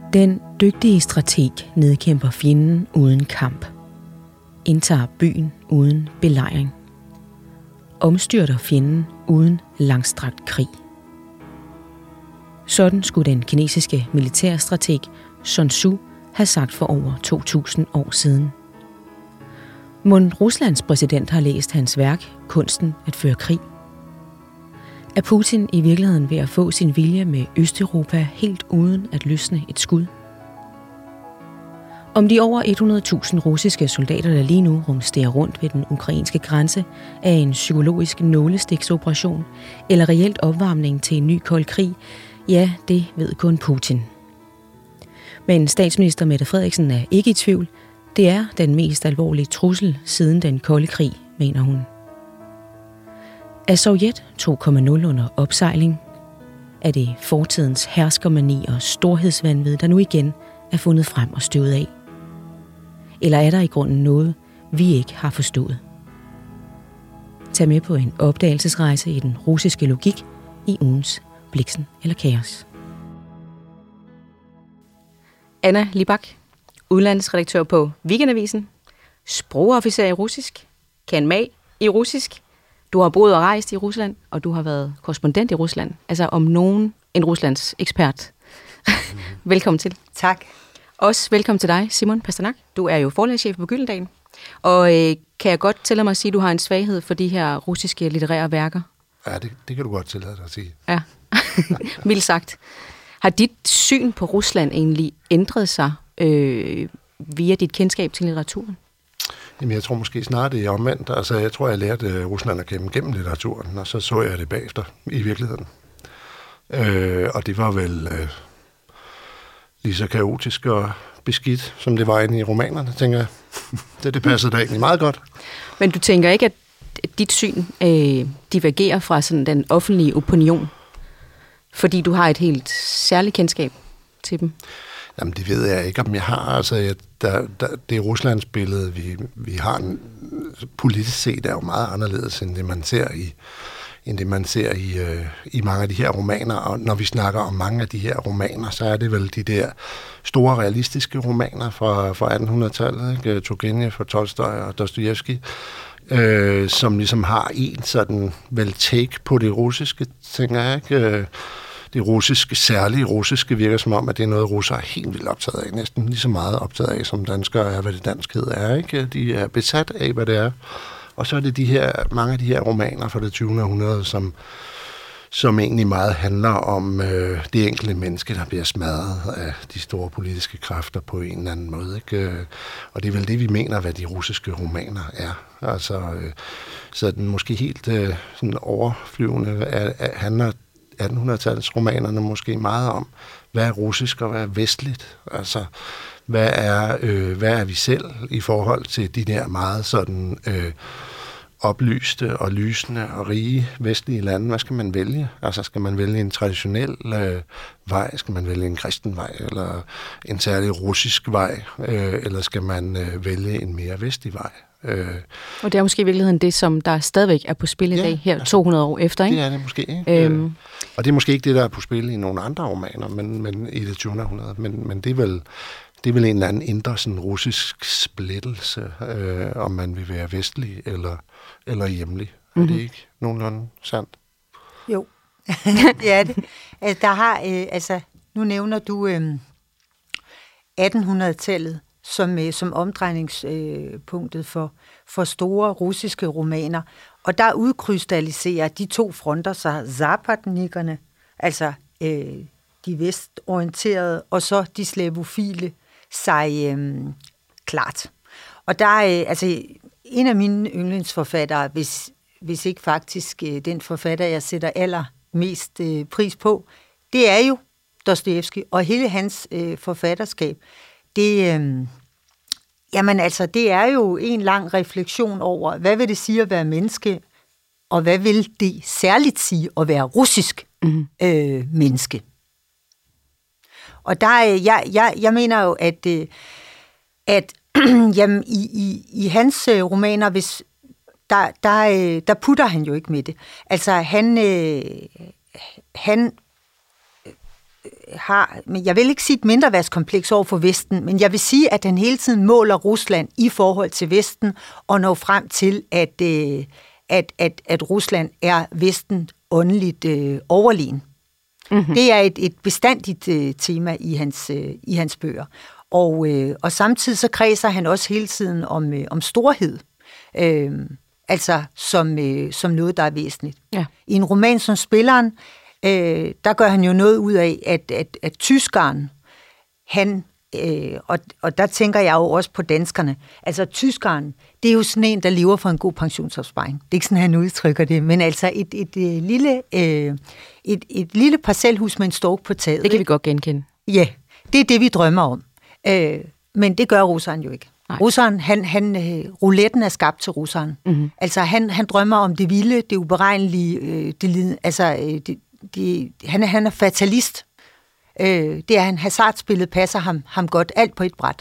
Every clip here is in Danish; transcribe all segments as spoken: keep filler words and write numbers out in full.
Den dygtige strateg nedkæmper fjenden uden kamp, indtager byen uden belejring, omstyrter fjenden uden langstrakt krig. Sådan skulle den kinesiske militærstrateg Sun Tzu have sagt for over to tusind år siden. Mon Ruslands præsident har læst hans værk, Kunsten at føre krig? Er Putin i virkeligheden ved at få sin vilje med Østeuropa helt uden at løsne et skud? Om de over hundrede tusind russiske soldater, der lige nu rumsterer rundt ved den ukrainske grænse, er en psykologisk nålestiksoperation eller reelt opvarmning til en ny kold krig, ja, det ved kun Putin. Men statsminister Mette Frederiksen er ikke i tvivl. Det er den mest alvorlige trussel siden den kolde krig, mener hun. Er Sovjet to punkt nul under opsejling? Er det fortidens herskermani og storhedsvanvid, der nu igen er fundet frem og støvet af? Eller er der i grunden noget, vi ikke har forstået? Tag med på en opdagelsesrejse i den russiske logik i ugens Blixen eller Kaos. Anna Libak, udlandsredaktør på Weekendavisen, sprogofficer i russisk, kan mag i russisk. Du har boet og rejst i Rusland, og du har været korrespondent i Rusland. Altså om nogen en Ruslands ekspert. Velkommen til. Tak. Også velkommen til dig, Simon Pasternak. Du er jo forlagschef på Gyldendal. Og øh, kan jeg godt tillade mig at sige, at du har en svaghed for de her russiske litterære værker? Ja, det, det kan du godt tillade dig at sige. Ja, mildt sagt. Har dit syn på Rusland egentlig ændret sig øh, via dit kendskab til litteraturen? Jamen, jeg tror måske snart det er omvendt. Altså, jeg tror, jeg lærte Rusland at kende gennem litteraturen, og så så jeg det bagefter i virkeligheden. Øh, og det var vel øh, lige så kaotisk og beskidt, som det var inde i romanerne, tænker jeg. det, det passede da egentlig meget godt. Men du tænker ikke, at dit syn øh, divergerer fra sådan den offentlige opinion, fordi du har et helt særligt kendskab til dem? Jamen, det ved jeg ikke, om jeg har. Altså, jeg, der, der, det Ruslands billede, vi, vi har en, politisk set, er jo meget anderledes, end det man ser i, end det, man ser i, øh, i mange af de her romaner. Og når vi snakker om mange af de her romaner, så er det vel de der store realistiske romaner fra, fra attenhundredetallet, ikke? Turgenev og Tolstoj og Dostojevskij, øh, som ligesom har en sådan vel take på det russiske, tænker jeg, ikke? Det russiske, særlige russiske, virker som om, at det er noget, russere er helt vildt optaget af. Næsten lige så meget optaget af, som danskere er, hvad det danskhed er. Ikke? De er besat af, hvad det er. Og så er det de her, mange af de her romaner fra det tyvende århundrede, som, som egentlig meget handler om øh, det enkelte menneske, der bliver smadret af de store politiske kræfter på en eller anden måde. Ikke? Og det er vel det, vi mener, hvad de russiske romaner er. Altså, øh, så den måske helt øh, sådan overflyvende er, er, handler attenhundredetalets romanerne måske meget om, hvad er russisk og hvad er vestligt? Altså, hvad er, øh, hvad er vi selv i forhold til de der meget sådan øh, oplyste og lysende og rige vestlige lande? Hvad skal man vælge? Altså, skal man vælge en traditionel øh, vej? Skal man vælge en kristen vej? Eller en særlig russisk vej? Øh, eller skal man øh, vælge en mere vestlig vej? Øh, og det er måske i virkeligheden det, som der stadigvæk er på spil i ja, dag, her to hundrede år efter, ikke? Det er det måske, ikke? Øhm. Og det er måske ikke det, der er på spil i nogle andre romaner, men, men i det tyvende århundrede. Men, men det, er vel, det er vel en eller anden indre sådan, russisk splittelse, øh, om man vil være vestlig eller, eller hjemlig. Mm-hmm. Er det ikke nogenlunde sandt? Jo, det er det. Altså, der har, øh, altså, nu nævner du øh, attenhundredetallet, som, som omdrejningspunktet for, for store russiske romaner. Og der udkrystalliserer de to fronter sig, zapadnikkerne, altså øh, de vestorienterede, og så de slavofile sig øh, klart. Og der er øh, altså en af mine yndlingsforfattere, hvis, hvis ikke faktisk øh, den forfatter, jeg sætter allermest øh, pris på, det er jo Dostojevskij, og hele hans øh, forfatterskab. Det, øh, jamen altså, det er jo en lang refleksion over, hvad vil det sige at være menneske, og hvad vil det særligt sige at være russisk mm-hmm. øh, menneske. Og der, jeg, jeg, jeg mener jo, at, at jamen, i, i, i hans romaner, hvis, der, der, der putter han jo ikke med det. Altså, han, øh, han har, men jeg vil ikke sige et mindreværdskompleks over for Vesten, men jeg vil sige, at han hele tiden måler Rusland i forhold til Vesten, og når frem til, at, øh, at, at, at Rusland er Vesten åndeligt øh, overlegen. Mm-hmm. Det er et, et bestandigt øh, tema i hans, øh, i hans bøger. Og, øh, og samtidig så kredser han også hele tiden om, øh, om storhed. Øh, altså som, øh, som noget, der er væsentligt. Ja. I en roman som Spilleren, øh, der gør han jo noget ud af, at, at, at tyskeren, han, øh, og, og der tænker jeg jo også på danskerne, altså tyskeren, det er jo sådan en, der lever for en god pensionsopsparing. Det er ikke sådan, han udtrykker det, men altså et, et, et, lille, øh, et, et lille parcelhus med en stork på taget. Det kan vi godt genkende. Ja, det er det, vi drømmer om. Øh, men det gør russeren jo ikke. Nej. Russeren, han, han, uh, rouletten er skabt til russeren. Mm-hmm. Altså, han, han drømmer om det vilde, det uberegnelige, øh, det, altså, øh, det, det, han, er, han er fatalist. Øh, det er han. Hasardspillet passer ham, ham godt, alt på et bræt.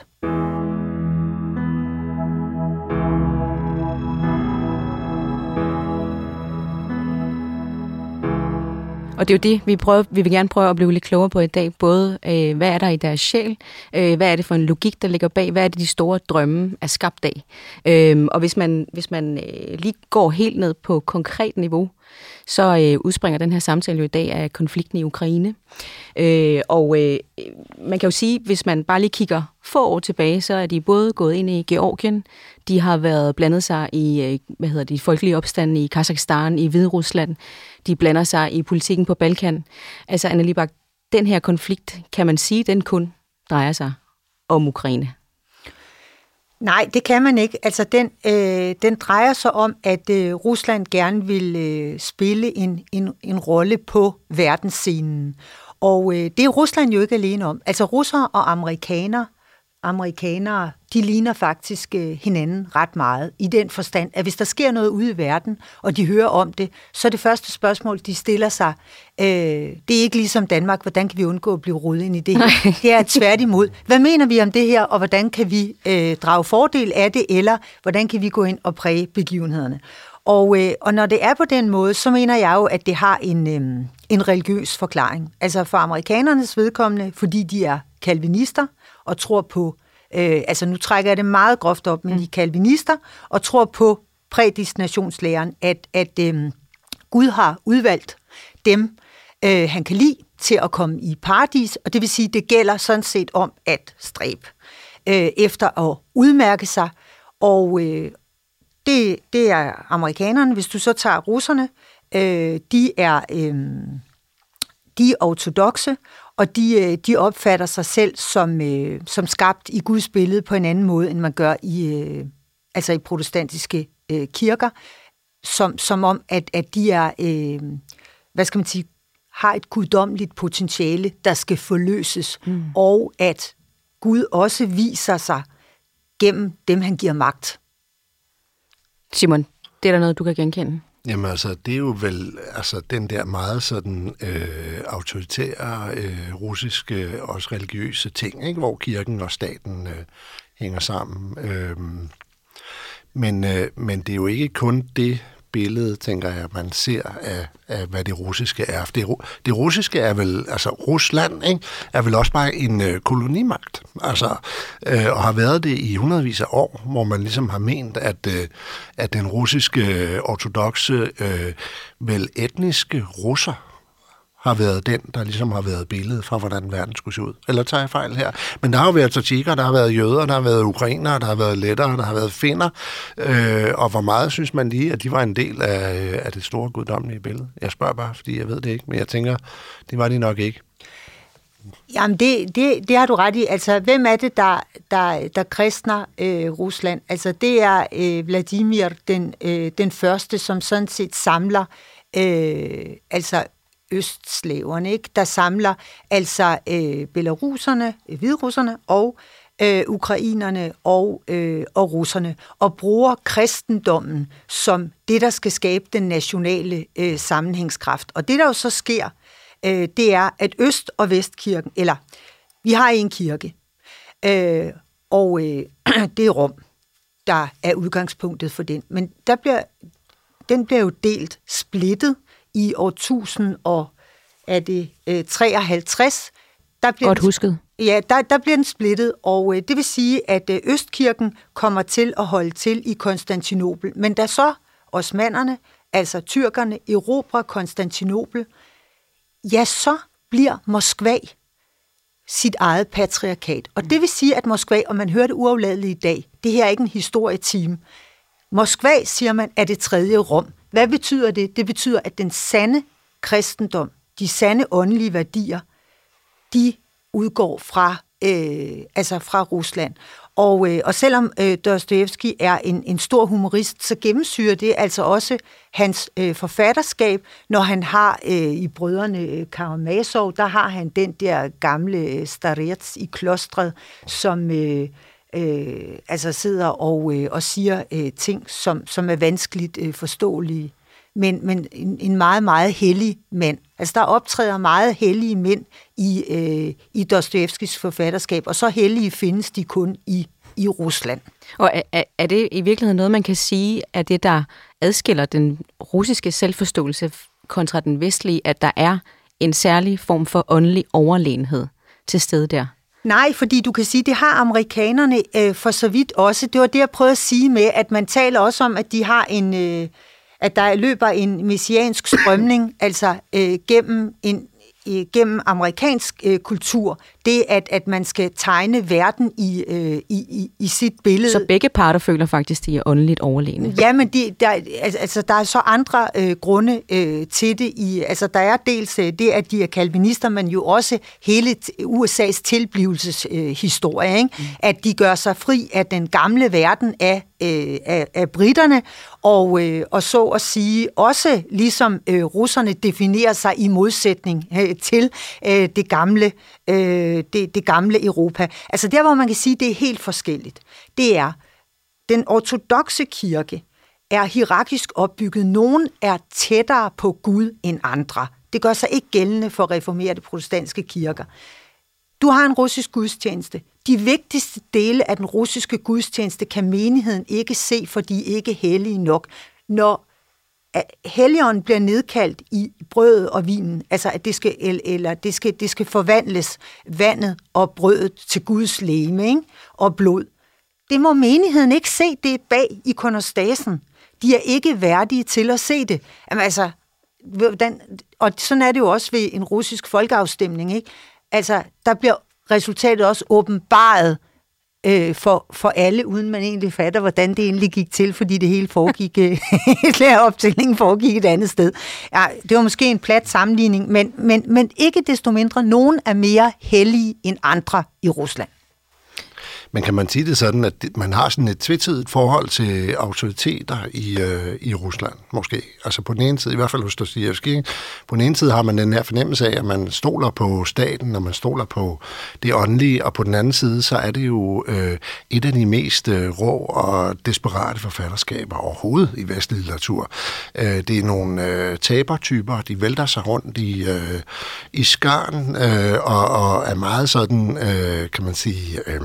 Og det er jo det, vi, prøver, vi vil gerne prøve at blive lidt klogere på i dag. Både, øh, hvad er der i deres sjæl? Øh, hvad er det for en logik, der ligger bag? Hvad er det, de store drømme er skabt af? Øh, og hvis man, hvis man øh, lige går helt ned på konkret niveau, så øh, udspringer den her samtale jo i dag af konflikten i Ukraine. Øh, og øh, man kan jo sige, hvis man bare lige kigger få år tilbage, så er de både gået ind i Georgien, de har været blandet sig i øh, hvad hedder de, folkelige opstande i Kazakhstan, i Hviderusland, de blander sig i politikken på Balkan. Altså, Anna Libak, den her konflikt, kan man sige, den kun drejer sig om Ukraine? Nej, det kan man ikke. Altså, den, øh, den drejer sig om, at øh, Rusland gerne vil øh, spille en, en, en rolle på verdensscenen. Og øh, det er Rusland jo ikke alene om. Altså, russere og amerikanere, amerikanere, de ligner faktisk øh, hinanden ret meget, i den forstand, at hvis der sker noget ude i verden, og de hører om det, så er det første spørgsmål, de stiller sig, øh, det er ikke ligesom Danmark, hvordan kan vi undgå at blive rodet ind i det her? Det er tværtimod. Hvad mener vi om det her, og hvordan kan vi øh, drage fordel af det, eller hvordan kan vi gå ind og præge begivenhederne? Og, øh, og når det er på den måde, så mener jeg jo, at det har en, øh, en religiøs forklaring. Altså for amerikanernes vedkommende, fordi de er kalvinister, og tror på, øh, altså nu trækker jeg det meget groft op, men mm. de er kalvinister, og tror på prædestinationslæren, at, at øh, Gud har udvalgt dem, øh, han kan lide, til at komme i paradis, og det vil sige, det gælder sådan set om at stræbe øh, efter at udmærke sig, og øh, det, det er amerikanerne. Hvis du så tager russerne, øh, de er øh, de er ortodokse, og de, de opfatter sig selv som, øh, som skabt i Guds billede på en anden måde, end man gør i, øh, altså i protestantiske øh, kirker, som, som om, at, at de er, øh, hvad skal man sige, har et guddommeligt potentiale, der skal forløses, mm. og at Gud også viser sig gennem dem, han giver magt. Simon, det er der noget, du kan genkende? Jamen altså, det er jo vel altså, den der meget sådan øh, autoritære, øh, russiske, også religiøse ting, ikke? Hvor kirken og staten øh, hænger sammen. Øh, men, øh, men det er jo ikke kun det billede, tænker jeg, man ser af, af hvad det russiske er. Det, det russiske er vel, altså Rusland, ikke, er vel også bare en øh, kolonimagt, altså, øh, og har været det i hundredvis af år, hvor man ligesom har ment, at, øh, at den russiske øh, ortodokse, øh, vel etniske russer, har været den, der ligesom har været billedet fra, hvordan verden skulle se ud. Eller tager jeg fejl her? Men der har jo været tadsjikker, der har været jøder, der har været ukrainere, der har været lettere, der har været finner. Øh, og hvor meget synes man lige, at de var en del af, af det store guddommelige billede? Jeg spørger bare, fordi jeg ved det ikke, men jeg tænker, det var de nok ikke. Jamen, det, det, det har du ret i. Altså, hvem er det, der, der, der kristner øh, Rusland? Altså, det er øh, Vladimir, den, øh, den første, som sådan set samler øh, altså østslaverne, ikke? Der samler altså øh, belaruserne, hviderusserne og øh, ukrainerne og, øh, og russerne, og bruger kristendommen som det, der skal skabe den nationale øh, sammenhængskraft. Og det, der jo så sker, øh, det er, at Øst- og Vestkirken, eller vi har en kirke, øh, og øh, det er Rom, der er udgangspunktet for den. Men der bliver, den bliver jo delt, splittet, i år tusind og er det øh, treoghalvtreds, der bliver Godt den, husket. Ja, der, der bliver den splittet, og øh, det vil sige, at øh, Østkirken kommer til at holde til i Konstantinopel. Men da så osmannerne, altså tyrkerne, erobrer Konstantinopel, ja, så bliver Moskva sit eget patriarkat. Og det vil sige, at Moskva, og man hører det uafladeligt i dag, det her er ikke en historietime. Moskva, siger man, er det tredje Rom. Hvad betyder det? Det betyder, at den sande kristendom, de sande åndelige værdier, de udgår fra, øh, altså fra Rusland. Og, øh, og selvom øh, Dostojevskij er en, en stor humorist, så gennemsyrer det altså også hans øh, forfatterskab, når han har øh, i Brødrene Karamazov, der har han den der gamle starets i klostret, som øh, øh, altså sidder og, øh, og siger øh, ting, som, som er vanskeligt øh, forståelige. Men, men en, en meget, meget hellig mand. Altså, der optræder meget hellige mænd i, øh, i Dostojevskijs forfatterskab, og så hellige findes de kun i, i Rusland. Og er, er det i virkeligheden noget, man kan sige, at det, der adskiller den russiske selvforståelse kontra den vestlige, at der er en særlig form for åndelig overlegenhed til stede der? Nej, fordi du kan sige, det har amerikanerne øh, for så vidt også. Det var det, jeg prøvede at sige med, at man taler også om, at de har en... Øh, at der løber en messiansk strømning, altså øh, gennem, en, øh, gennem amerikansk øh, kultur, det at, at man skal tegne verden i, øh, i, i, i sit billede. Så begge parter føler faktisk, de er åndeligt overlegne? Ja, men de, der, altså, der er så andre øh, grunde øh, til det. I, altså, der er dels øh, det, at de er kalvinister, men jo også hele U S A's tilblivelseshistorie, øh, ikke? Mm. At de gør sig fri af den gamle verden af Øh, af, af britterne, og, øh, og så at sige også ligesom øh, russerne definerer sig i modsætning øh, til øh, det gamle øh, det, det gamle Europa. Altså der, hvor man kan sige, det er helt forskelligt, det er, den ortodokse kirke er hierarkisk opbygget. Nogen er tættere på Gud end andre. Det gør sig ikke gældende for reformerede protestantiske kirker. Du har en russisk gudstjeneste. De vigtigste dele af den russiske gudstjeneste kan menigheden ikke se, for de er ikke hellige nok. Når helligånden bliver nedkaldt i brødet og vinen, altså at det skal, eller det skal, det skal forvandles vandet og brødet til Guds legeme, ikke? Og blod. Det må menigheden ikke se, det bag ikonostasen. De er ikke værdige til at se det. Jamen, altså, den, og sådan er det jo også ved en russisk folkeafstemning, ikke? Altså, der bliver resultatet også åbenbaret øh, for, for alle, uden man egentlig fatter, hvordan det egentlig gik til, fordi det hele foregik, øh, optællingen foregik et andet sted. Ja, det var måske en plat sammenligning, men, men, men ikke desto mindre, nogen er mere hellige end andre i Rusland. Men kan man sige det sådan, at man har sådan et tvetydigt forhold til autoriteter i, øh, i Rusland, måske? Altså på den ene side, i hvert fald hos Dostojevskij, på den ene side har man den her fornemmelse af, at man stoler på staten, og man stoler på det åndelige, og på den anden side, så er det jo øh, et af de mest øh, rå og desperate forfatterskaber overhovedet i vestlig litteratur. Øh, det er nogle øh, tabertyper, de vælter sig rundt i, øh, i skarn, øh, og, og er meget sådan, øh, kan man sige... Øh,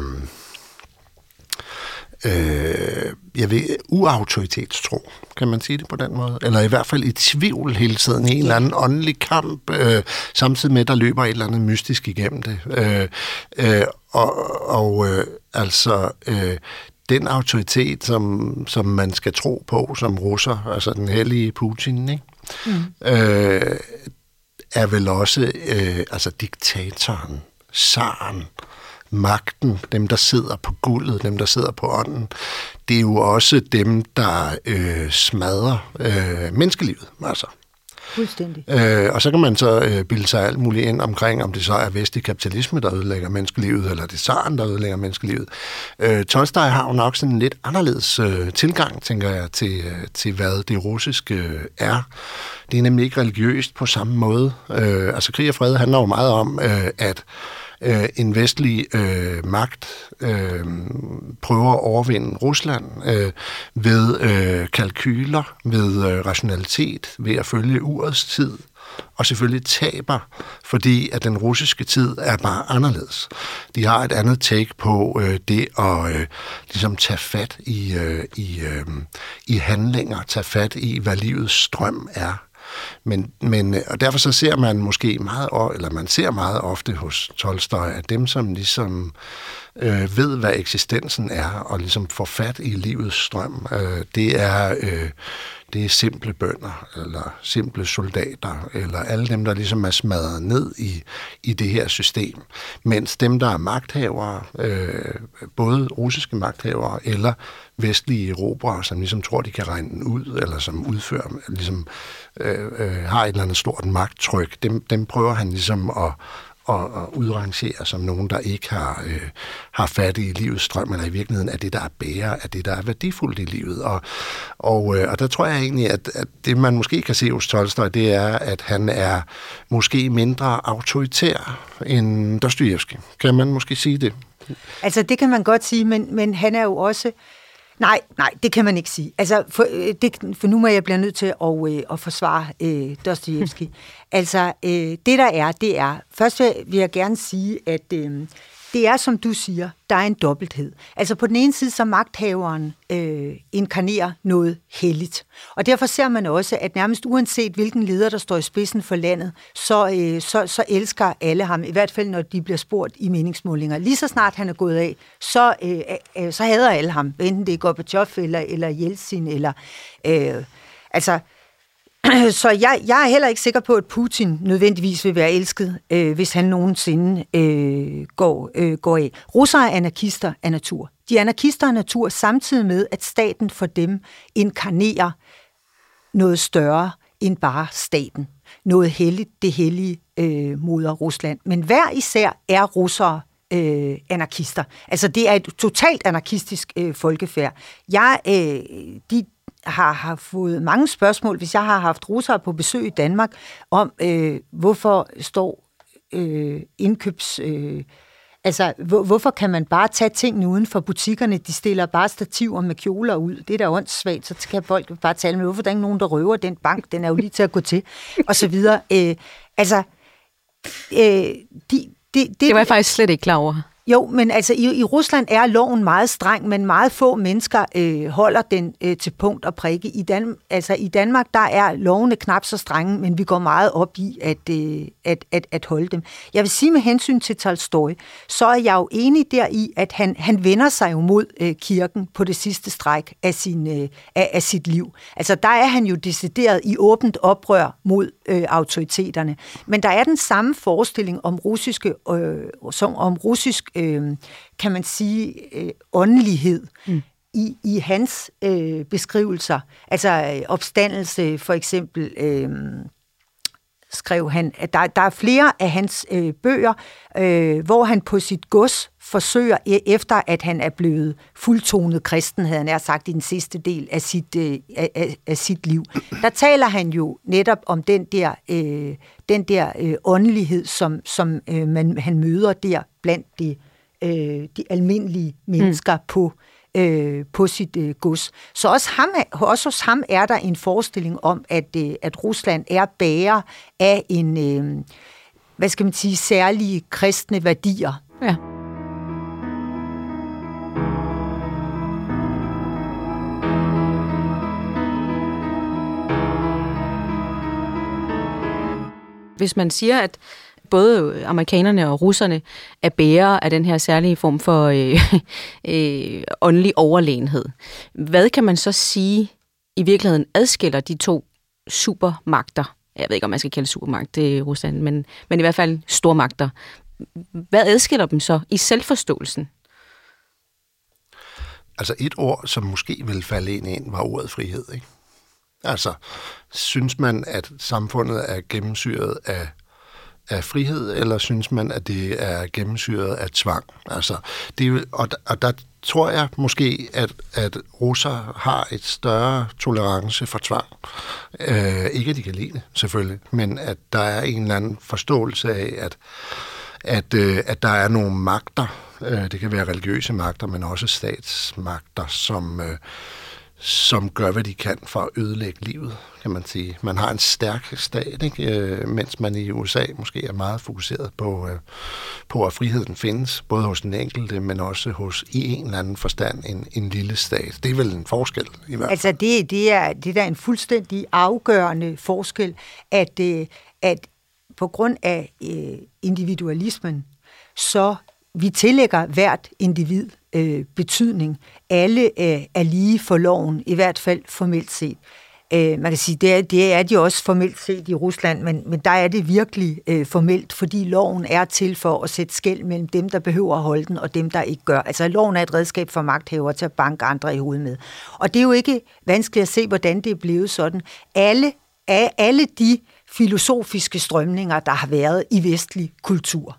Øh, jeg ved, uautoritetstro, kan man sige det på den måde? Eller i hvert fald i tvivl hele tiden, i en eller anden åndelig kamp, øh, samtidig med, at der løber et eller andet mystisk igennem det. Øh, øh, og og øh, altså, øh, den autoritet, som, som man skal tro på som russer, altså den hellige Putin, ikke? Mm. Øh, er vel også øh, altså diktatoren, zaren, magten, dem der sidder på guldet, dem der sidder på ånden, det er jo også dem, der øh, smadrer øh, menneskelivet, altså. Fuldstændig. Øh, og så kan man så øh, bilde sig alt muligt ind omkring, om det så er vestlig kapitalisme, der ødelægger menneskelivet, eller det er zaren, der ødelægger menneskelivet. Øh, Tolstoj har jo nok sådan en lidt anderledes øh, tilgang, tænker jeg, til, øh, til hvad det russiske øh, er. Det er nemlig ikke religiøst på samme måde. Øh, altså krig og fred handler jo meget om, øh, at Øh, en vestlig øh, magt øh, prøver at overvinde Rusland øh, ved øh, kalkyler, ved øh, rationalitet, ved at følge urets tid, og selvfølgelig taber, fordi at den russiske tid er bare anderledes. De har et andet take på øh, det at øh, ligesom tage fat i, øh, i, øh, i handlinger, tage fat i, hvad livets strøm er. men, men, og derfor så ser man måske meget, eller man ser meget ofte hos Tolstoj, at dem, som ligesom øh, ved, hvad eksistensen er, og ligesom får fat i livets strøm, øh, det er... Øh, Det er simple bønder, eller simple soldater, eller alle dem, der ligesom er smadret ned i, i det her system. Mens dem, der er magthavere, øh, både russiske magthavere eller vestlige erobrere, som ligesom tror, de kan regne den ud, eller som udfører, ligesom øh, øh, har et eller andet stort magttryk, dem, dem prøver han ligesom at og, og udrangere som nogen, der ikke har, øh, har fat i livets strøm, eller i virkeligheden er det, der er bærer, er det, der er værdifuldt i livet. Og, og, øh, og der tror jeg egentlig, at, at det, man måske kan se hos Tolstoj, det er, at han er måske mindre autoritær end Dostojevskij. Kan man måske sige det? Altså, det kan man godt sige, men, men han er jo også... Nej, nej, det kan man ikke sige. Altså, for, det, for nu må jeg blive nødt til at, øh, at forsvare øh, Dostojevskij. Altså, øh, det der er, det er... Først vil, vil jeg gerne sige, at øh, det er, som du siger, der er en dobbelthed. Altså, på den ene side, så magthaveren øh, inkarnerer noget helligt. Og derfor ser man også, at nærmest uanset hvilken leder, der står i spidsen for landet, så, øh, så, så elsker alle ham, i hvert fald når de bliver spurgt i meningsmålinger. Lige så snart han er gået af, så, øh, øh, så hader alle ham, enten det er Gorbatjov eller, eller Jeltsin, eller... Øh, altså... Så jeg, jeg er heller ikke sikker på, at Putin nødvendigvis vil være elsket, øh, hvis han nogensinde øh, går, øh, går af. Russere er anarkister af natur. De er anarkister af natur samtidig med, at staten for dem inkarnerer noget større end bare staten. Noget helligt, det hellige øh, moder Rusland. Men hver især er russere øh, anarkister. Altså det er et totalt anarkistisk øh, folkefærd. Jeg, øh, de har, har fået mange spørgsmål, hvis jeg har haft russere på besøg i Danmark, om øh, hvorfor står øh, indkøbs... Øh, altså, hvor, hvorfor kan man bare tage tingene uden for butikkerne? De stiller bare stativer med kjoler ud. Det er da åndssvagt, så kan folk bare tale med, hvorfor der er ikke nogen, der røver den bank? Den er jo lige til at gå til. Og så videre. Øh, altså, øh, de, de, det, det var jeg faktisk slet ikke klar over. Jo, men altså i, i Rusland er loven meget streng, men meget få mennesker øh, holder den øh, til punkt og prikke. I, Dan, altså, i Danmark der er lovene knap så strenge, men vi går meget op i at, øh, at, at, at holde dem. Jeg vil sige med hensyn til Tolstoj, så er jeg jo enig deri, at han, han vender sig jo mod øh, kirken på det sidste stræk af, sin, øh, af, af sit liv. Altså der er han jo decideret i åbent oprør mod øh, autoriteterne. Men der er den samme forestilling om russiske, øh, som, om russisk Øh, kan man sige, øh, åndelighed mm. i, i hans øh, beskrivelser. Altså øh, opstandelse for eksempel, øh, skrev han, at der, der er flere af hans øh, bøger, øh, hvor han på sit gods forsøger, efter at han er blevet fuldtonet kristen, havde han nær sagt i den sidste del af sit, øh, af, af sit liv. Der taler han jo netop om den der, øh, den der øh, åndelighed, som, som øh, man, han møder der blandt de, øh, de almindelige mennesker mm. på, øh, på sit øh, gods. Så også, ham, også hos ham er der en forestilling om, at, øh, at Rusland er bærer af en, øh, hvad skal man sige, særlige kristne værdier. Ja. Hvis man siger, at både amerikanerne og russerne er bærere af den her særlige form for øh, øh, åndelig overlegenhed, hvad kan man så sige i virkeligheden adskiller de to supermagter? Jeg ved ikke, om man skal kalde supermagt, det er Rusland, men, men i hvert fald stormagter. Hvad adskiller dem så i selvforståelsen? Altså et ord, som måske vil falde ind ind, var ordet frihed, ikke? Altså, synes man, at samfundet er gennemsyret af, af frihed, eller synes man, at det er gennemsyret af tvang? Altså, det er jo, og, og der tror jeg måske, at, at russer har et større tolerance for tvang. Øh, ikke at de kan lide det, selvfølgelig, men at der er en eller anden forståelse af, at, at, øh, at der er nogle magter, øh, det kan være religiøse magter, men også statsmagter, som... Øh, som gør, hvad de kan for at ødelægge livet, kan man sige. Man har en stærk stat, ikke? Øh, mens man i U S A måske er meget fokuseret på, øh, på, at friheden findes, både hos den enkelte, men også hos i en eller anden forstand en, en lille stat. Det er vel en forskel i hvert fald. Altså det, det, er, det er da en fuldstændig afgørende forskel, at, øh, at på grund af øh, individualismen, så vi tillægger hvert individ øh, betydning. Alle øh, er lige for loven, i hvert fald formelt set. Øh, man kan sige, det er, det er de også formelt set i Rusland, men, men der er det virkelig øh, formelt, fordi loven er til for at sætte skel mellem dem, der behøver at holde den, og dem, der ikke gør. Altså loven er et redskab for magthavere til at banke andre i hovedet med. Og det er jo ikke vanskeligt at se, hvordan det er blevet sådan. Alle, alle de filosofiske strømninger, der har været i vestlig kultur,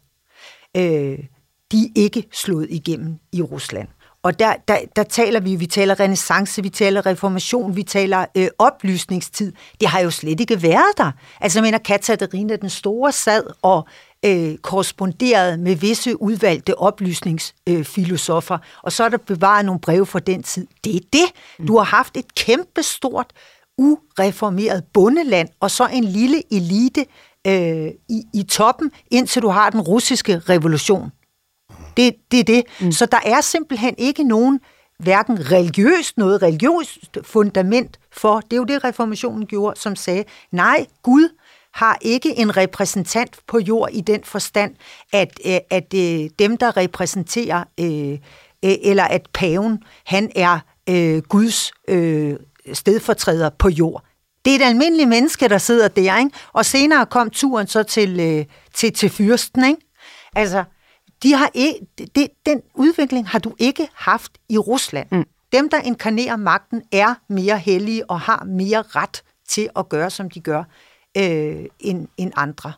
øh, de er ikke slået igennem i Rusland. Og der, der, der taler vi, vi taler renæssance, vi taler reformation, vi taler øh, oplysningstid. Det har jo slet ikke været der. Altså, jeg mener, Katarina den Store sad og øh, korresponderede med visse udvalgte oplysningsfilosofer, øh, og så er der bevaret nogle breve fra den tid. Det er det. Du har haft et kæmpestort, ureformeret bondeland, og så en lille elite øh, i, i toppen, indtil du har den russiske revolution. Det, det er det. Mm. Så der er simpelthen ikke nogen, hverken religiøst, noget religiøst fundament for, det er jo det, reformationen gjorde, som sagde, nej, Gud har ikke en repræsentant på jord i den forstand, at, at, at dem, der repræsenterer, øh, eller at paven, han er øh, Guds øh, stedfortræder på jord. Det er et almindeligt menneske, der sidder der, ikke? Og senere kom turen så til, øh, til, til fyrsten, ikke? Altså, de har ikke, det, den udvikling har du ikke haft i Rusland. Mm. Dem, der inkarnerer magten, er mere hellige og har mere ret til at gøre, som de gør, øh, end, end andre.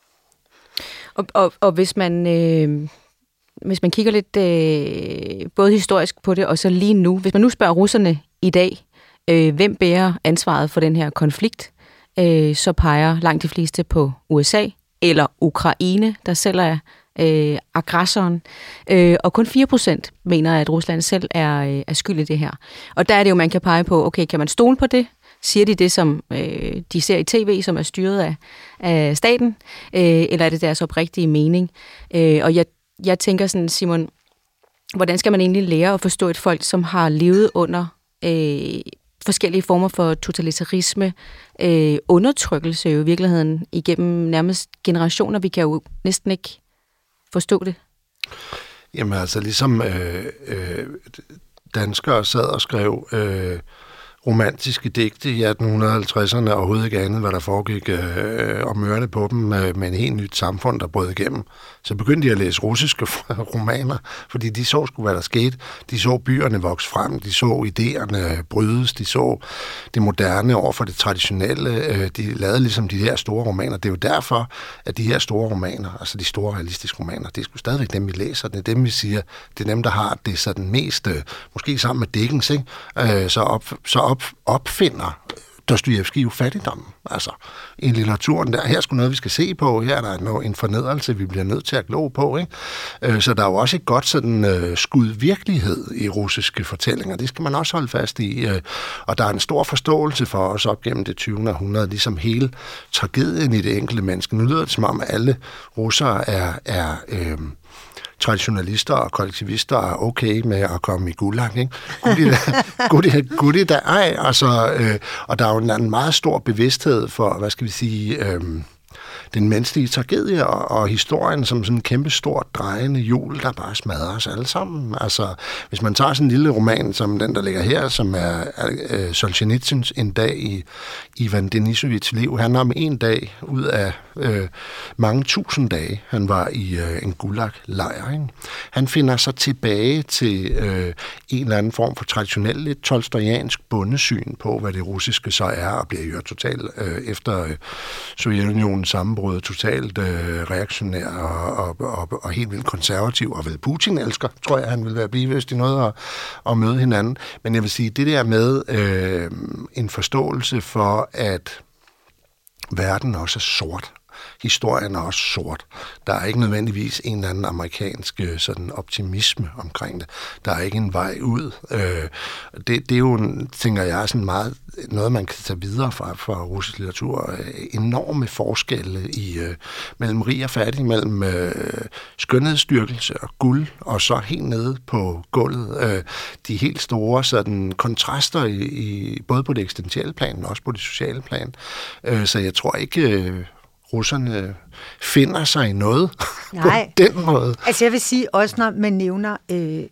Og, og, og hvis man øh, hvis man kigger lidt øh, både historisk på det, og så lige nu, hvis man nu spørger russerne i dag, øh, hvem bærer ansvaret for den her konflikt, øh, så peger langt de fleste på U S A eller Ukraine, der selv er Øh, aggressoren, øh, og kun fire procent mener, at Rusland selv er, øh, er skyld i det her. Og der er det jo, man kan pege på, okay, kan man stole på det? Siger de det, som øh, de ser i tv, som er styret af, af staten, øh, eller er det deres oprigtige mening? Øh, og jeg, jeg tænker sådan, Simon, hvordan skal man egentlig lære at forstå et folk, som har levet under øh, forskellige former for totalitarisme, øh, undertrykkelse jo i virkeligheden igennem nærmest generationer? Vi kan jo næsten ikke forstå det? Jamen altså, ligesom øh, øh, danskere sad og skrev øh, romantiske digte i atten halvtredserne, og overhovedet ikke andet, hvad der foregik øh, og mørne på dem øh, med en helt nyt samfund, der brød igennem. Så begyndte de at læse russiske romaner, fordi de så sgu, hvad der skete. De så byerne vokse frem, de så idéerne brydes, de så det moderne over for det traditionelle. Øh, de lavede ligesom de her store romaner. Det er jo derfor, at de her store romaner, altså de store realistiske romaner, det er sgu stadigvæk dem, vi læser. Det er dem, vi siger, det er dem, der har det sådan mest, øh, måske sammen med Dickens, ikke? Øh, så, op, så op, opfinder Dostojevskij jo fattigdommen, altså i litteraturen der. Her er sgu noget, vi skal se på. Her er der noget, en fornedrelse, vi bliver nødt til at glo på, ikke? Øh, så der er jo også et godt sådan øh, skud virkelighed i russiske fortællinger. Det skal man også holde fast i. Øh, og der er en stor forståelse for os op gennem det tyvende århundrede, ligesom hele tragedien i det enkelte menneske. Nu lyder det som om, alle russere er, er øh, traditionalister og kollektivister er okay med at komme i gulag, ikke? Gud i da ej, altså, øh, og der er jo en, en meget stor bevidsthed for, hvad skal vi sige, øh, den menneskelige tragedie og, og historien som sådan en kæmpe stort drejende hjul, der bare smadrer os alle sammen. Altså, hvis man tager sådan en lille roman som den, der ligger her, som er øh, Solzhenitsyns En dag i Ivan Denisovits liv. Han har med en dag ud af øh, mange tusind dage, han var i øh, en gulag-lejr, ikke? Han finder sig tilbage til øh, en eller anden form for traditionelt lidt tolstojansk bondesyn på, hvad det russiske så er, og bliver jo totalt øh, efter øh, Sovjetunionens sammenbrud, totalt øh, reaktionær og, og, og, og helt vildt konservativ, og vel Putin elsker, tror jeg, han vil være blive, hvis de nåede at, at møde hinanden. Men jeg vil sige, det der med øh, en forståelse for, at verden også er sort. historien er også sort. Der er ikke nødvendigvis en eller anden amerikansk sådan optimisme omkring det. Der er ikke en vej ud. Øh, det, det er jo, tænker jeg, sådan meget noget, man kan tage videre fra, fra russisk litteratur. Enorme forskelle i, øh, mellem rig og fattig, mellem øh, skønhedsstyrkelse og guld, og så helt nede på gulvet. Øh, de helt store sådan, kontraster, i, i, både på det eksistentielle plan, men også på det sociale plan. Øh, så jeg tror ikke, øh, russerne finder sig i noget Nej. på den måde. Altså jeg vil sige, også når man nævner øh,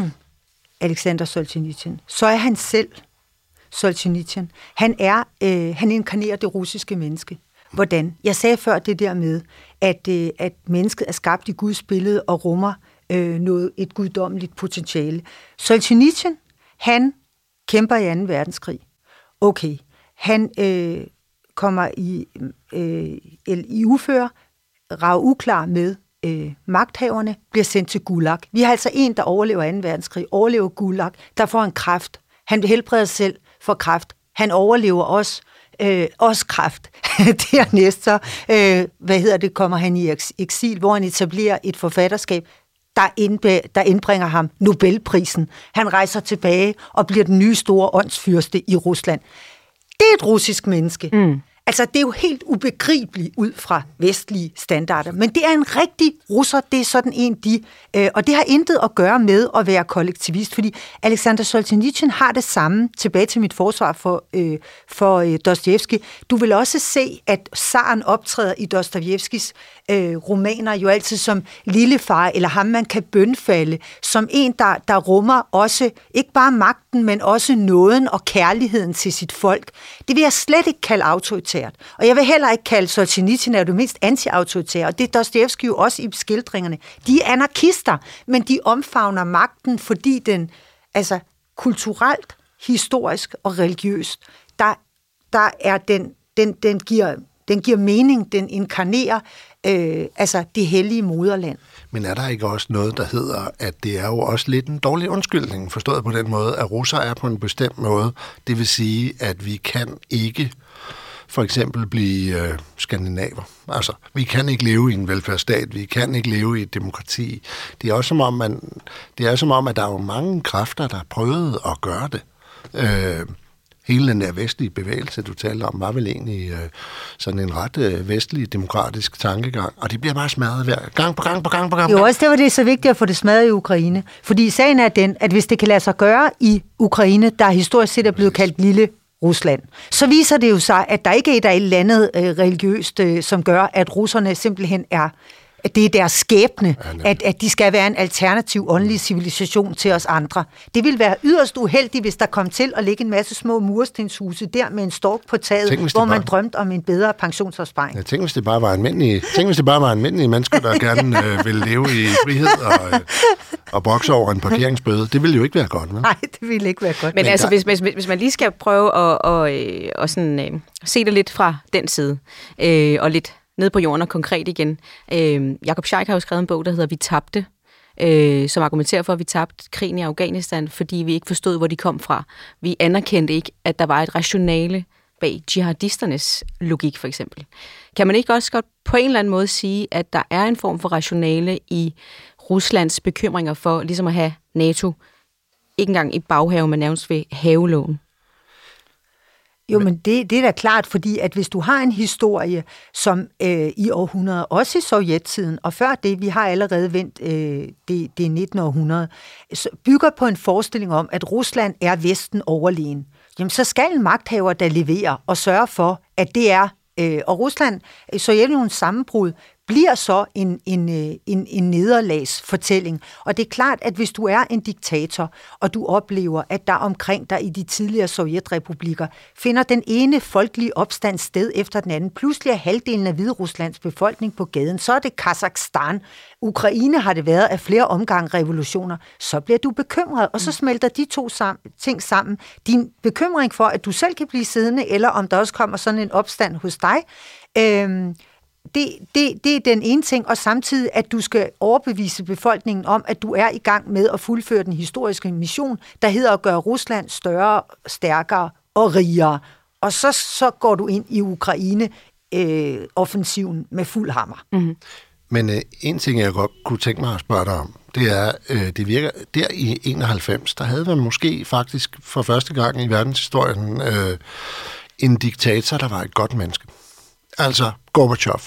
Alexander Solzhenitsyn, så er han selv Solzhenitsyn. Han er, øh, han inkarnerer det russiske menneske. Hvordan? Jeg sagde før det der med, at, øh, at mennesket er skabt i Guds billede og rummer øh, noget, et guddommeligt potentiale. Solzhenitsyn, han kæmper i anden verdenskrig. Okay, han øh, kommer i, øh, i uføre, rager uklar med øh, magthaverne, bliver sendt til Gulag. Vi har altså en, der overlever anden verdenskrig, overlever Gulag, der får en kræft. Han vil helbrede sig selv for kræft. Han overlever også, øh, også kræft. Dernæst så, øh, hvad hedder det, kommer han i eksil, hvor han etablerer et forfatterskab, der, indbe, der indbringer ham Nobelprisen. Han rejser tilbage og bliver den nye store åndsfyrste i Rusland. Det er et russisk menneske. Mm. Altså, det er jo helt ubegribeligt ud fra vestlige standarder, men det er en rigtig russer, det er sådan en de, øh, og det har intet at gøre med at være kollektivist, fordi Alexander Solzhenitsyn har det samme, tilbage til mit forsvar for, øh, for øh, Dostojevskij. Du vil også se, at zaren optræder i Dostojevskijs øh, romaner jo altid som lillefar, eller ham man kan bønfalde, som en, der, der rummer også, ikke bare magten, men også nåden og kærligheden til sit folk. Det vil jeg slet ikke kalde autoritært. Og jeg vil heller ikke kalde Solzhenitsyn er det mindst anti-autoritære, og det er Dostojevskij jo også i skildringerne. De er anarkister, men de omfavner magten, fordi den, altså kulturelt, historisk og religiøst, der, der er den, den, den, giver, den giver mening, den inkarnerer øh, altså det hellige moderland. Men er der ikke også noget, der hedder, at det er jo også lidt en dårlig undskyldning, forstået på den måde, at russere er på en bestemt måde. Det vil sige, at vi kan ikke for eksempel blive øh, skandinaver. Altså, vi kan ikke leve i en velfærdsstat, vi kan ikke leve i et demokrati. Det er også som om, man, det er som om, at der er jo mange kræfter, der har prøvet at gøre det. Øh, hele den der vestlige bevægelse, du talte om, var vel egentlig øh, sådan en ret øh, vestlig, demokratisk tankegang, og det bliver bare smadret hver gang på gang på gang på gang. Jo, også det var det så vigtigt at få det smadret i Ukraine. Fordi sagen er den, at hvis det kan lade sig gøre i Ukraine, der historisk set er blevet kaldt lille Rusland, så viser det jo sig, at der ikke er et eller andet øh, religiøst, øh, som gør, at russerne simpelthen er, at det er deres skæbne, ja, at, at de skal være en alternativ åndelig civilisation til os andre. Det ville være yderst uheldigt, hvis der kom til at ligge en masse små murstenshuse der med en stork på taget, tænk, hvor man bare drømte om en bedre pensionsopsparing. Ja, tænk, hvis det bare var almindelige, tænk, hvis det bare var almindelige mennesker, der gerne øh, ville leve i frihed og, øh, og bokse over en parkeringsbøde. Det ville jo ikke være godt, vel? Nej, det ville ikke være godt. Men, Men altså, hvis, hvis, hvis man lige skal prøve at og, øh, og sådan, øh, se det lidt fra den side, øh, og lidt ned på jorden og konkret igen. Øh, Jakob Scheik har jo skrevet en bog, der hedder Vi tabte, øh, som argumenterer for, at vi tabte krigen i Afghanistan, fordi vi ikke forstod, hvor de kom fra. Vi anerkendte ikke, at der var et rationale bag jihadisternes logik, for eksempel. Kan man ikke også godt på en eller anden måde sige, at der er en form for rationale i Ruslands bekymringer for ligesom at have NATO, ikke engang i baghaven, men nærmest ved havelån? Jo, men det, det er da klart, fordi at hvis du har en historie, som øh, i århundreder, også i sovjettiden, og før det, vi har allerede vendt øh, det, det nittende århundrede, bygger på en forestilling om, at Rusland er Vesten overlegen, jamen så skal en magthaver, der leverer og sørge for, at det er, øh, og Rusland, Sovjetunionens sammenbrud, bliver så en, en, en, en nederlagsfortælling. Og det er klart, at hvis du er en diktator, og du oplever, at der omkring dig i de tidligere sovjetrepublikker finder den ene folkelige opstand sted efter den anden, pludselig er halvdelen af Hvideruslands befolkning på gaden, så er det Kazakhstan, Ukraine har det været af flere omgange revolutioner, så bliver du bekymret, og så smelter de to sam- ting sammen. Din bekymring for, at du selv kan blive siddende, eller om der også kommer sådan en opstand hos dig, øh, Det, det, det er den ene ting, og samtidig, at du skal overbevise befolkningen om, at du er i gang med at fuldføre den historiske mission, der hedder at gøre Rusland større, stærkere og rigere. Og så, så går du ind i Ukraine øh, offensiven med fuld hammer. Mm-hmm. Men øh, en ting, jeg godt kunne tænke mig at spørge dig om, det er, øh, det virker, der i enoghalvfems, der havde man måske faktisk for første gang i verdenshistorien øh, en diktator, der var et godt menneske. Altså Gorbachev,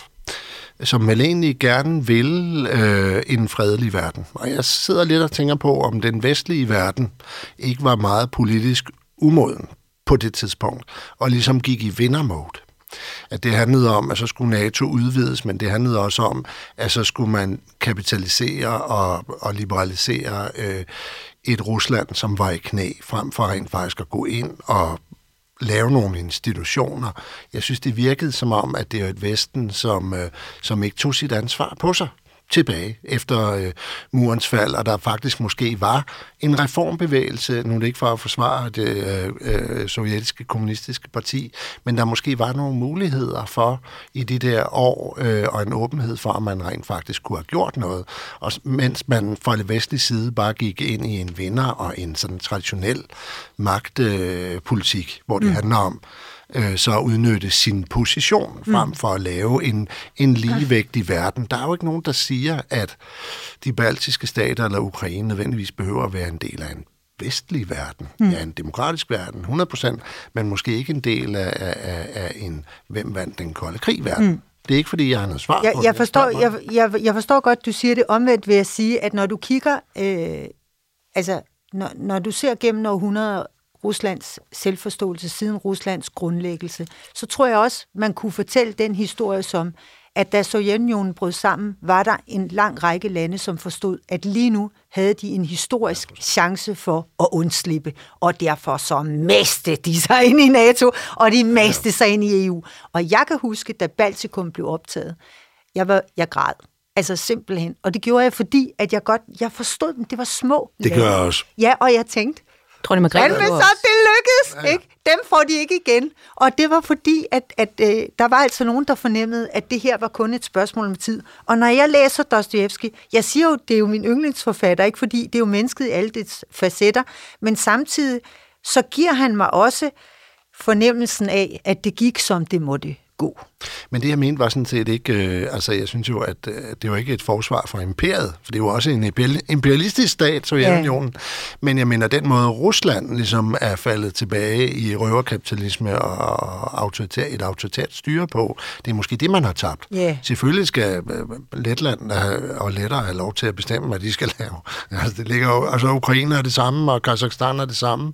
som vel egentlig gerne vil øh, en fredelig verden. Og jeg sidder lidt og tænker på, om den vestlige verden ikke var meget politisk umoden på det tidspunkt, og ligesom gik i vindermode. At det handlede om, at så skulle NATO udvides, men det handlede også om, at så skulle man kapitalisere og, og liberalisere øh, et Rusland, som var i knæ, frem for rent faktisk at gå ind og lave nogle institutioner. Jeg synes, det virkede som om, at det er et Vesten, som, øh, som ikke tog sit ansvar på sig tilbage efter øh, murens fald, og der faktisk måske var en reformbevægelse, nu er det ikke for at forsvare det øh, øh, sovjetiske kommunistiske parti, men der måske var nogle muligheder for i de der år, øh, og en åbenhed for, at man rent faktisk kunne have gjort noget, og mens man fra det vestlige side bare gik ind i en vinder og en sådan traditionel magtpolitik, øh, hvor det mm. handler om så udnytte sin position frem mm. for at lave en, en ligevægtig verden. Der er jo ikke nogen, der siger, at de baltiske stater eller Ukraine nødvendigvis behøver at være en del af en vestlig verden. Mm. Ja, en demokratisk verden, hundrede procent, men måske ikke en del af, af, af en hvem vandt den kolde krig-verden. Mm. Det er ikke, fordi jeg har noget svar jeg, på jeg det. Forstår, jeg, jeg, jeg forstår godt, du siger det. Omvendt vil jeg sige, at når du kigger, øh, altså når, når du ser gennem århundreder Ruslands selvforståelse siden Ruslands grundlæggelse, så tror jeg også, man kunne fortælle den historie som, at da Sovjetunionen brød sammen, var der en lang række lande, som forstod, at lige nu havde de en historisk chance for at undslippe, og derfor så mæste de sig ind i NATO, og de mæste sig ind i E U. Og jeg kan huske, da Baltikum blev optaget, jeg, var, jeg græd. Altså simpelthen. Og det gjorde jeg, fordi at jeg godt, jeg forstod dem, det var små Det gør jeg også. Ja, og jeg tænkte, Dronning Margrethe. Men så det lykkedes, ja, ja. Ikke? Dem får de ikke igen. Og det var fordi, at, at øh, der var altså nogen, der fornemmede, at det her var kun et spørgsmål om tid. Og når jeg læser Dostojevskij, jeg siger jo, det er jo min yndlingsforfatter, ikke fordi det er jo mennesket i alle dets facetter, men samtidig så giver han mig også fornemmelsen af, at det gik, som det måtte gå. Men det, jeg mente, var sådan set ikke... Øh, altså, jeg synes jo, at øh, det var ikke et forsvar for imperiet, for det er jo også en imperialistisk stat, Sovjetunionen. Ja. Men jeg mener, den måde Rusland ligesom er faldet tilbage i røverkapitalisme og autoritær, et autoritært styre på, det er måske det, man har tabt. Yeah. Selvfølgelig skal Letland og Lettere have lov til at bestemme, hvad de skal lave. Altså, det ligger jo, altså, Ukraine er det samme, og Kazakhstan er det samme.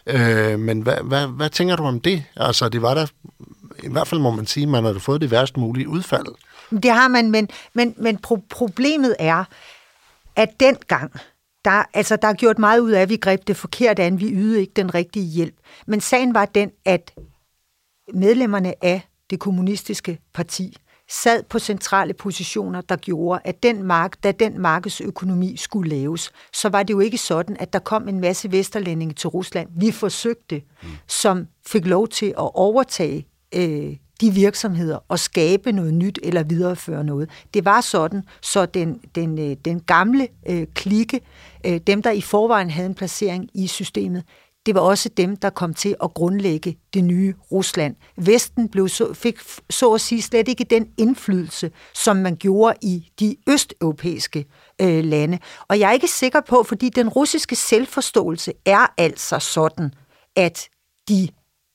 Øh, men hvad, hvad, hvad tænker du om det? Altså, det var der... I hvert fald må man sige, at man har fået det værst mulige udfald. Det har man, men, men, men pro- problemet er, at dengang, der, altså, der er gjort meget ud af, at vi greb det forkert an, vi ydede ikke den rigtige hjælp. Men sagen var den, at medlemmerne af det kommunistiske parti sad på centrale positioner, der gjorde, at den mark, da den markedsøkonomi skulle laves, så var det jo ikke sådan, at der kom en masse vesterlændinge til Rusland. Vi forsøgte, mm. som fik lov til at overtage øh, de virksomheder og skabe noget nyt eller videreføre noget. Det var sådan, så den, den, den gamle øh, klikke, øh, dem der i forvejen havde en placering i systemet, det var også dem, der kom til at grundlægge det nye Rusland. Vesten blev så, fik så at sige slet ikke den indflydelse, som man gjorde i de østeuropæiske øh, lande. Og jeg er ikke sikker på, fordi den russiske selvforståelse er altså sådan, at de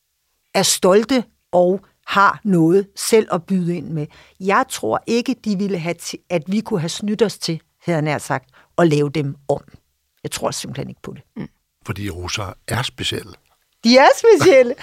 er stolte og har noget selv at byde ind med. Jeg tror ikke, de ville have, t- at vi kunne have snydt os til, havde jeg nær sagt, at lave dem om. Jeg tror simpelthen ikke på det. Mm. Fordi russere er specielle. De er specielle.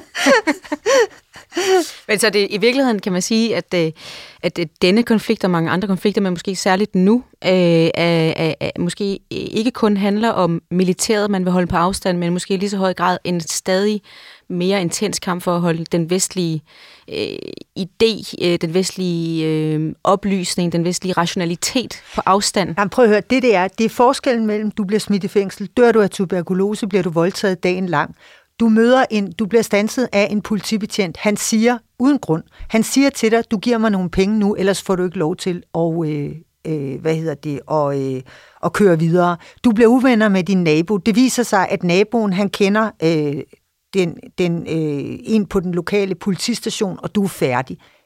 Men så det, i virkeligheden kan man sige, at, at denne konflikt og mange andre konflikter, men måske særligt nu, øh, er, er, er, måske ikke kun handler om militæret, man vil holde på afstand, men måske i lige så høj grad en stadig mere intens kamp for at holde den vestlige øh, idé, øh, den vestlige øh, oplysning, den vestlige rationalitet på afstand. Jamen, prøv at høre, det det er, det er forskellen mellem, du bliver smidt i fængsel, dør du af tuberkulose, bliver du voldtaget dagen lang. Du møder en, du bliver standset af en politibetjent. Han siger, uden grund, han siger til dig, du giver mig nogle penge nu, ellers får du ikke lov til at, øh, øh, hvad hedder det, og, øh, at køre videre. Du bliver uvenner med din nabo. Det viser sig, at naboen, han kender øh, den, den, øh, en på den lokale politistation, og du er færdig.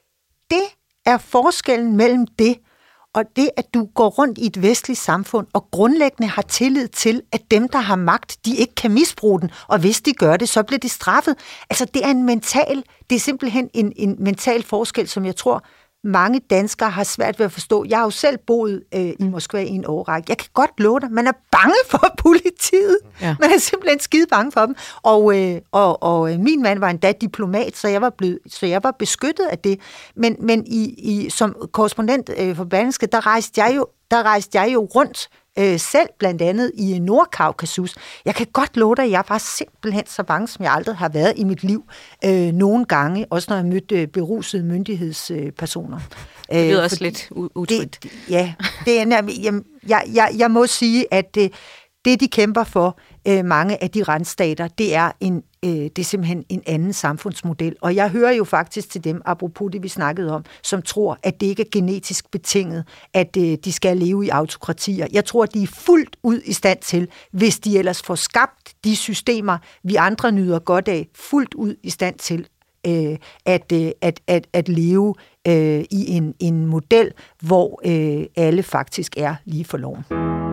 det er forskellen mellem det, og det, at du går rundt i et vestligt samfund, og grundlæggende har tillid til, at dem, der har magt, de ikke kan misbruge den, og hvis de gør det, så bliver de straffet. Altså, det er en mental, det er simpelthen en, en mental forskel, som jeg tror, mange danskere har svært ved at forstå. Jeg har jo selv boet øh, i Moskva i en årrække. Jeg kan godt love dig, man er bange for politiet. Ja. Man er simpelthen skide bange for dem. Og, øh, og, og min mand var endda diplomat, så jeg var, blevet, så jeg var beskyttet af det. Men, men i, i, som korrespondent øh, for Berlingske, der rejste jeg jo, der rejste jeg jo rundt øh, selv, blandt andet i Nordkaukasus. Jeg kan godt love dig, at jeg var simpelthen så bange, som jeg aldrig har været i mit liv. Øh, nogle gange, også når jeg mødte øh, berusede myndighedspersoner. Øh, det lyder også lidt utrygt. Ja, det er, jeg, jeg, jeg, jeg må sige, at det, det de kæmper for, øh, mange af de retsstater, det er en øh, det er simpelthen en anden samfundsmodel. Og jeg hører jo faktisk til dem, apropos det vi snakkede om, som tror, at det ikke er genetisk betinget, at øh, de skal leve i autokratier. Jeg tror, at de er fuldt ud i stand til, hvis de ellers får skabt de systemer, vi andre nyder godt af, fuldt ud i stand til øh, at, øh, at, at, at leve øh, i en, en model, hvor øh, alle faktisk er lige for loven.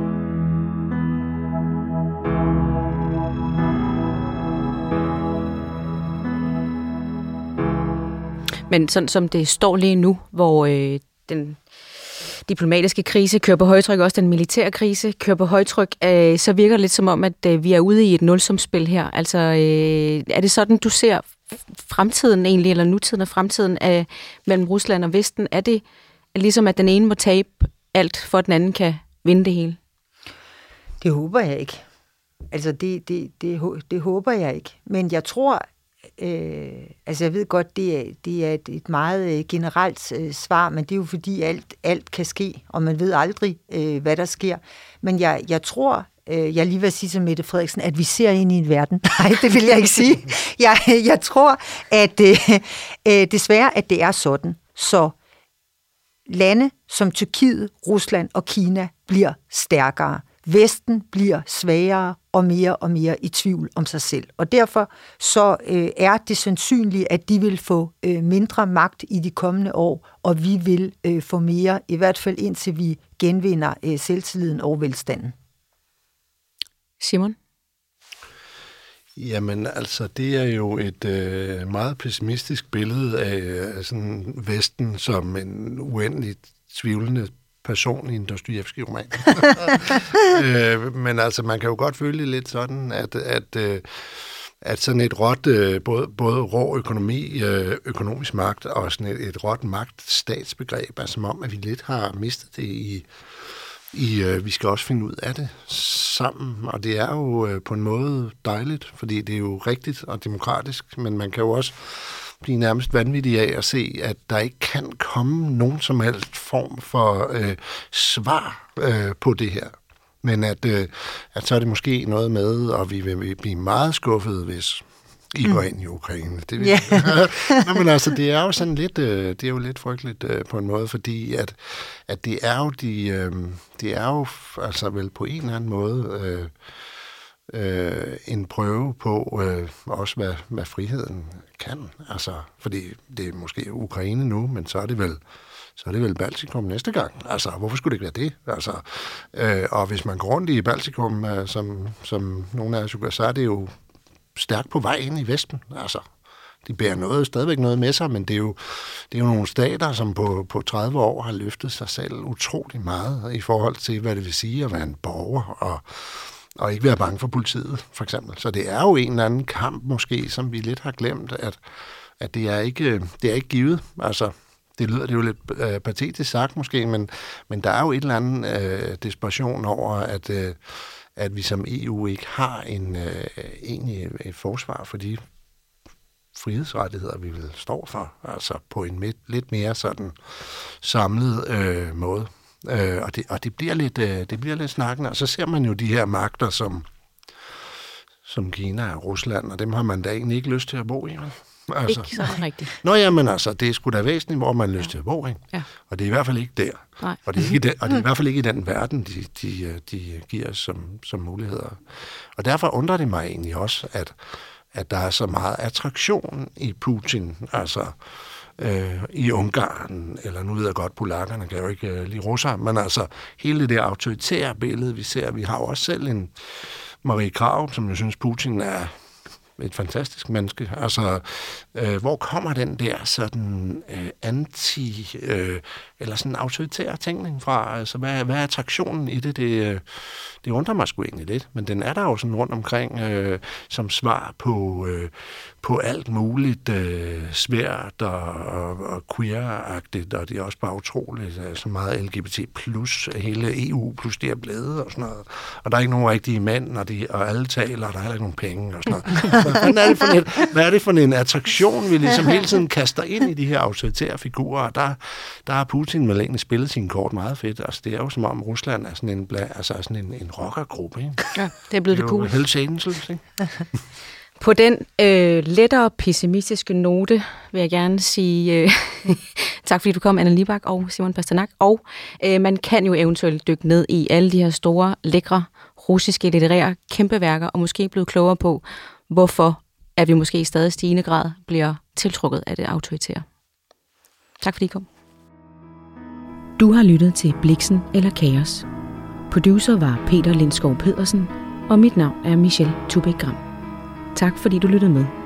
Men sådan som det står lige nu, hvor øh, den diplomatiske krise kører på højtryk, også den militære krise kører på højtryk, øh, så virker det lidt som om, at øh, vi er ude i et nulsumsspil her. Altså, øh, er det sådan, du ser fremtiden egentlig, eller nutiden og fremtiden af, mellem Rusland og Vesten? Er det ligesom, at den ene må tabe alt, for at den anden kan vinde det hele? Det håber jeg ikke. Altså, det, det, det, det håber jeg ikke. Men jeg tror, Øh, altså jeg ved godt, det er, det er et, et meget generelt øh, svar, men det er jo fordi alt, alt kan ske, og man ved aldrig, øh, hvad der sker. Men jeg, jeg tror, øh, jeg lige vil sige til Mette Frederiksen, at vi ser ind i en verden. Nej, det vil jeg ikke sige. Jeg, jeg tror, at øh, øh, desværre, at det er sådan, så lande som Tyrkiet, Rusland og Kina bliver stærkere. Vesten bliver svagere og mere og mere i tvivl om sig selv. Og derfor så øh, er det sandsynligt, at de vil få øh, mindre magt i de kommende år, og vi vil øh, få mere, i hvert fald indtil vi genvinder øh, selvtilliden og velstanden. Simon? Jamen, altså, det er jo et øh, meget pessimistisk billede af, af sådan Vesten som en uendeligt tvivlende person i en Dostojevskij-roman. øh, men altså, man kan jo godt føle det lidt sådan, at, at, at sådan et råt, både, både rå økonomi, økonomisk magt og sådan et, et råt magt-statsbegreb, er som om, at vi lidt har mistet det i, i vi skal også finde ud af det sammen, og det er jo på en måde dejligt, fordi det er jo rigtigt og demokratisk, men man kan jo også blive nærmest vanvittig af at se, at der ikke kan komme nogen som helst form for øh, svar øh, på det her. Men at, øh, at så er det måske noget med, og vi vil blive meget skuffede, hvis I går ind i Ukraine. Det, yeah. Nå, men altså, det er jo sådan lidt, øh, det er jo lidt frygteligt øh, på en måde, fordi at, at det er jo de, øh, det er jo altså vel på en eller anden måde øh, øh, en prøve på øh, også, hvad, hvad friheden kan. Altså, fordi det er måske Ukraine nu, men så er det vel, så er det vel Baltikum næste gang. Altså, hvorfor skulle det ikke være det? Altså, øh, og hvis man går rundt i Baltikum, øh, som, som nogle af os gør, så er det jo stærkt på vej ind i Vesten. Altså, de bærer noget, stadigvæk noget med sig, men det er jo, det er jo nogle stater, som på, på tredive år har løftet sig selv utrolig meget i forhold til, hvad det vil sige at være en borger, og og ikke være bange for politiet, for eksempel. Så det er jo en eller anden kamp, måske, som vi lidt har glemt, at, at det, er ikke, det er ikke givet. Altså, det lyder det jo lidt øh, patetisk sagt, måske, men, men der er jo et eller andet øh, desperation over, at, øh, at vi som E U ikke har en, øh, egentlig et forsvar for de frihedsrettigheder, vi vil stå for, altså på en mit, lidt mere sådan samlet øh, måde. Øh, og, det, og det bliver lidt øh, det bliver lidt snakkende, og så ser man jo de her magter som som Kina og Rusland, og dem har man da egentlig ikke lyst til at bo i. Altså, ikke sådan rigtigt. Nå ja, men altså, det er sgu da væsentligt, hvor man har lyst ja. til at bo, ikke? Ja. Og det er i hvert fald ikke der. Nej. Og det er, ikke den, og det er i hvert fald ikke i den verden, de, de, de giver os som, som muligheder. Og derfor undrer det mig egentlig også, at, at der er så meget attraktion i Putin, altså øh, i Ungarn, eller nu ved jeg godt, polakkerne kan jo ikke øh, lide russere, men altså hele det autoritære billede, vi ser, vi har jo også selv en Marie Krarup, som jeg synes, Putin er et fantastisk menneske. Altså, øh, hvor kommer den der sådan øh, anti- øh, eller sådan autoritære tænkning fra? Altså, hvad, hvad er attraktionen i det? Det, øh, det undrer mig sgu egentlig lidt, men den er der jo sådan rundt omkring øh, som svar på, øh, på alt muligt øh, svært og, og, og queer-agtigt, og det er også bare utroligt, så meget L G B T plus, hele E U plus det er blevet og sådan noget. Og der er ikke nogen rigtige mænd, og, de, og alle taler, og der er heller ikke nogen penge og sådan noget. Hvad er det for en, hvad er det for en attraktion, vi ligesom hele tiden kaster ind i de her autoritære figurer? Der, der har Putin vel egentlig spillet sine kort meget fedt. Altså, det er jo som om Rusland er sådan en, altså sådan en, en rockergruppe. Ikke? Ja, det er blevet det, det cool. Hells Angels, ikke? På den øh, lettere pessimistiske note vil jeg gerne sige øh, tak, fordi du kom, Anna Libak og Simon Pasternak. Og øh, man kan jo eventuelt dykke ned i alle de her store, lækre, russiske litterære kæmpeværker, og måske blive klogere på, hvorfor at vi måske i stadig stigende grad bliver tiltrukket af det autoritære. Tak fordi I kom. Du har lyttet til Blixen eller Kaos. Producer var Peter Lindskov Pedersen, og mit navn er Michelle Tubæk Gram. Tak fordi du lyttede med.